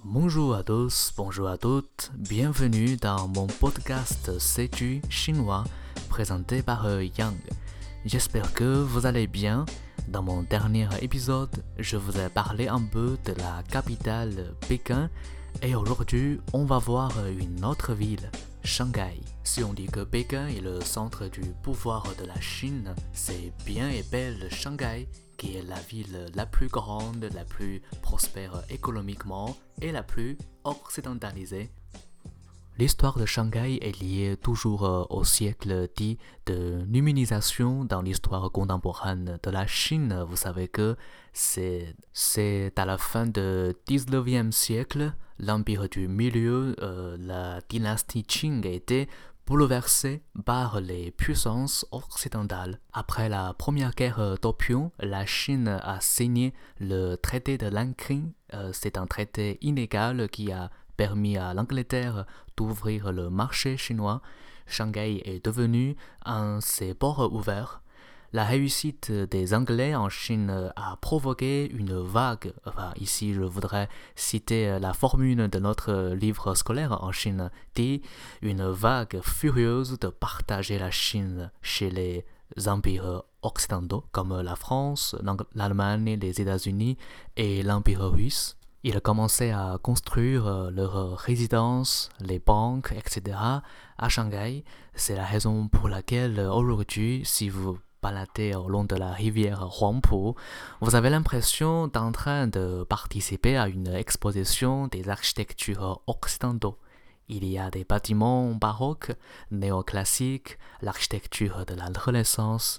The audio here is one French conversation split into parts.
Bonjour à tous, bonjour à toutes, bienvenue dans mon podcast C'est-tu chinois présenté par Yang. J'espère que vous allez bien. Dans mon dernier épisode, je vous ai parlé un peu de la capitale Pékin et aujourd'hui, on va voir une autre ville, Shanghai. Si on dit que Pékin est le centre du pouvoir de la Chine, c'est bien et belle Shanghai qui est la ville la plus grande, la plus prospère économiquement et la plus occidentalisée. L'histoire de Shanghai est liée toujours au siècle dit de numérisation dans l'histoire contemporaine de la Chine. Vous savez que c'est à la fin du 19e siècle, l'empire du milieu, la dynastie Qing a été bouleversé par les puissances occidentales. Après la première guerre d'opium, la Chine a signé le traité de Nanking. C'est un traité inégal qui a permis à l'Angleterre d'ouvrir le marché chinois. Shanghai est devenu un seaport ouvert. La réussite des Anglais en Chine a provoqué une vague. Ici, je voudrais citer la formule de notre livre scolaire en Chine, dit une vague furieuse de partager la Chine chez les empires occidentaux comme la France, l'Allemagne, les États-Unis et l'empire russe. Ils commençaient à construire leurs résidences, les banques, etc. à Shanghai. C'est la raison pour laquelle aujourd'hui, si vous baladez au long de la rivière Huangpu, vous avez l'impression d'être en train de participer à une exposition des architectures occidentaux. Il y a des bâtiments baroques, néoclassiques, l'architecture de la Renaissance.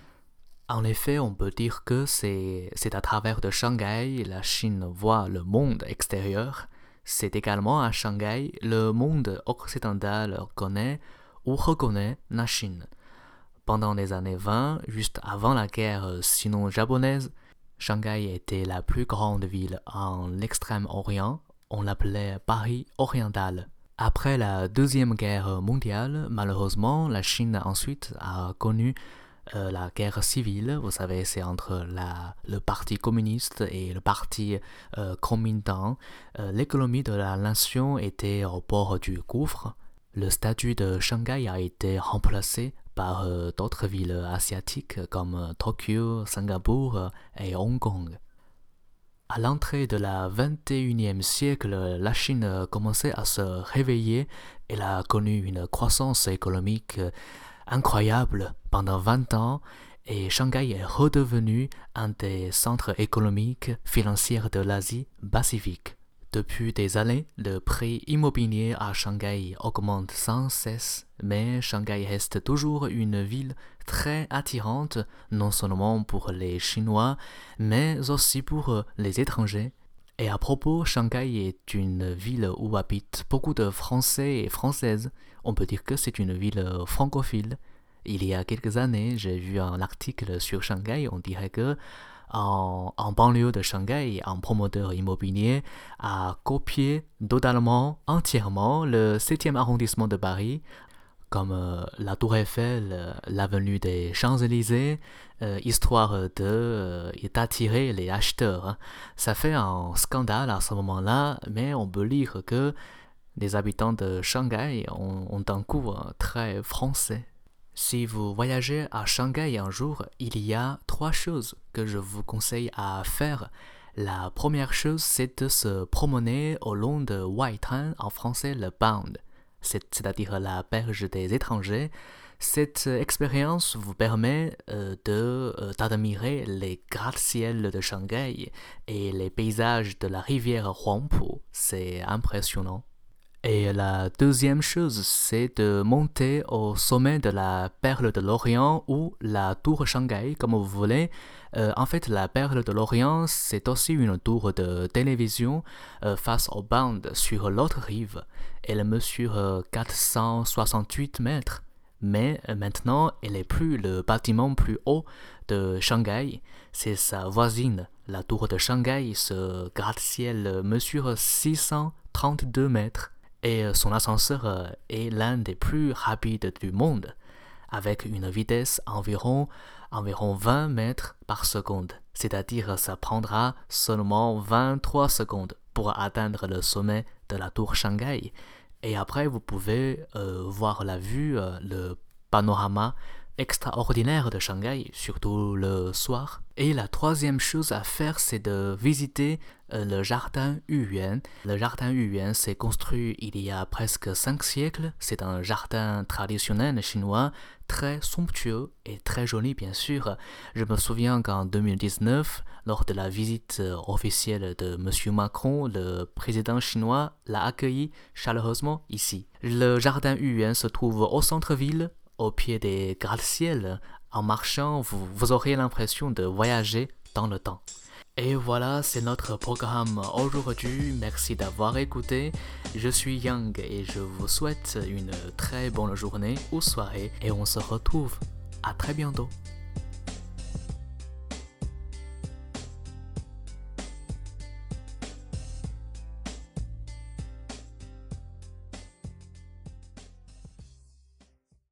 En effet, on peut dire que c'est à travers de Shanghai la Chine voit le monde extérieur. C'est également à Shanghai le monde occidental connaît ou reconnaît la Chine. Pendant les années 20, juste avant la guerre sino-japonaise, Shanghai était la plus grande ville en Extrême-Orient. On l'appelait Paris oriental. Après la Deuxième Guerre mondiale, malheureusement, la Chine ensuite a connu la guerre civile. Vous savez, c'est entre le parti communiste et le parti Kuomintang. L'économie de la nation était au bord du gouffre. Le statut de Shanghai a été remplacé par d'autres villes asiatiques comme Tokyo, Singapour et Hong Kong. À l'entrée de la 21e siècle, la Chine commençait à se réveiller. Elle a connu une croissance économique incroyable pendant 20 ans et Shanghai est redevenu un des centres économiques financiers de l'Asie-Pacifique. Depuis des années, le prix immobilier à Shanghai augmente sans cesse, mais Shanghai reste toujours une ville très attirante, non seulement pour les Chinois, mais aussi pour les étrangers. Et à propos, Shanghai est une ville où habitent beaucoup de Français et Françaises. On peut dire que c'est une ville francophile. Il y a quelques années, j'ai vu un article sur Shanghai, on dirait que en banlieue de Shanghai, un promoteur immobilier a copié totalement, entièrement le 7e arrondissement de Paris, comme la Tour Eiffel, l'avenue des Champs-Élysées, histoire d'attirer les acheteurs. Ça fait un scandale à ce moment-là, mais on peut lire que les habitants de Shanghai ont un goût très français. Si vous voyagez à Shanghai un jour, il y a 3 choses que je vous conseille à faire. La première chose, c'est de se promener au long de Waitan, en français le Pound, c'est-à-dire la berge des étrangers. Cette expérience vous permet d'admirer les gratte-ciels de Shanghai et les paysages de la rivière Huangpu. C'est impressionnant. Et la deuxième chose, c'est de monter au sommet de la Perle de l'Orient ou la tour Shanghai, comme vous voulez. En fait, la Perle de l'Orient, c'est aussi une tour de télévision face au Pound sur l'autre rive. Elle mesure 468 mètres. Mais maintenant, elle n'est plus le bâtiment plus haut de Shanghai, c'est sa voisine. La tour de Shanghai, ce gratte-ciel mesure 632 mètres. Et son ascenseur est l'un des plus rapides du monde, avec une vitesse environ 20 mètres par seconde. C'est-à-dire ça prendra seulement 23 secondes pour atteindre le sommet de la tour Shanghai. Et après, vous pouvez voir la vue, le panorama extraordinaire de Shanghai, surtout le soir. Et la troisième chose à faire, c'est de visiter le jardin Yuyuan. Le jardin Yuyuan s'est construit il y a presque 5 siècles. C'est un jardin traditionnel chinois, très somptueux et très joli bien sûr. Je me souviens qu'en 2019, lors de la visite officielle de M. Macron, le président chinois l'a accueilli chaleureusement ici. Le jardin Yuyuan se trouve au centre-ville, au pied des gratte-ciel. En marchant, vous aurez l'impression de voyager dans le temps. Et voilà, c'est notre programme aujourd'hui. Merci d'avoir écouté. Je suis Yang et je vous souhaite une très bonne journée ou soirée et on se retrouve à très bientôt.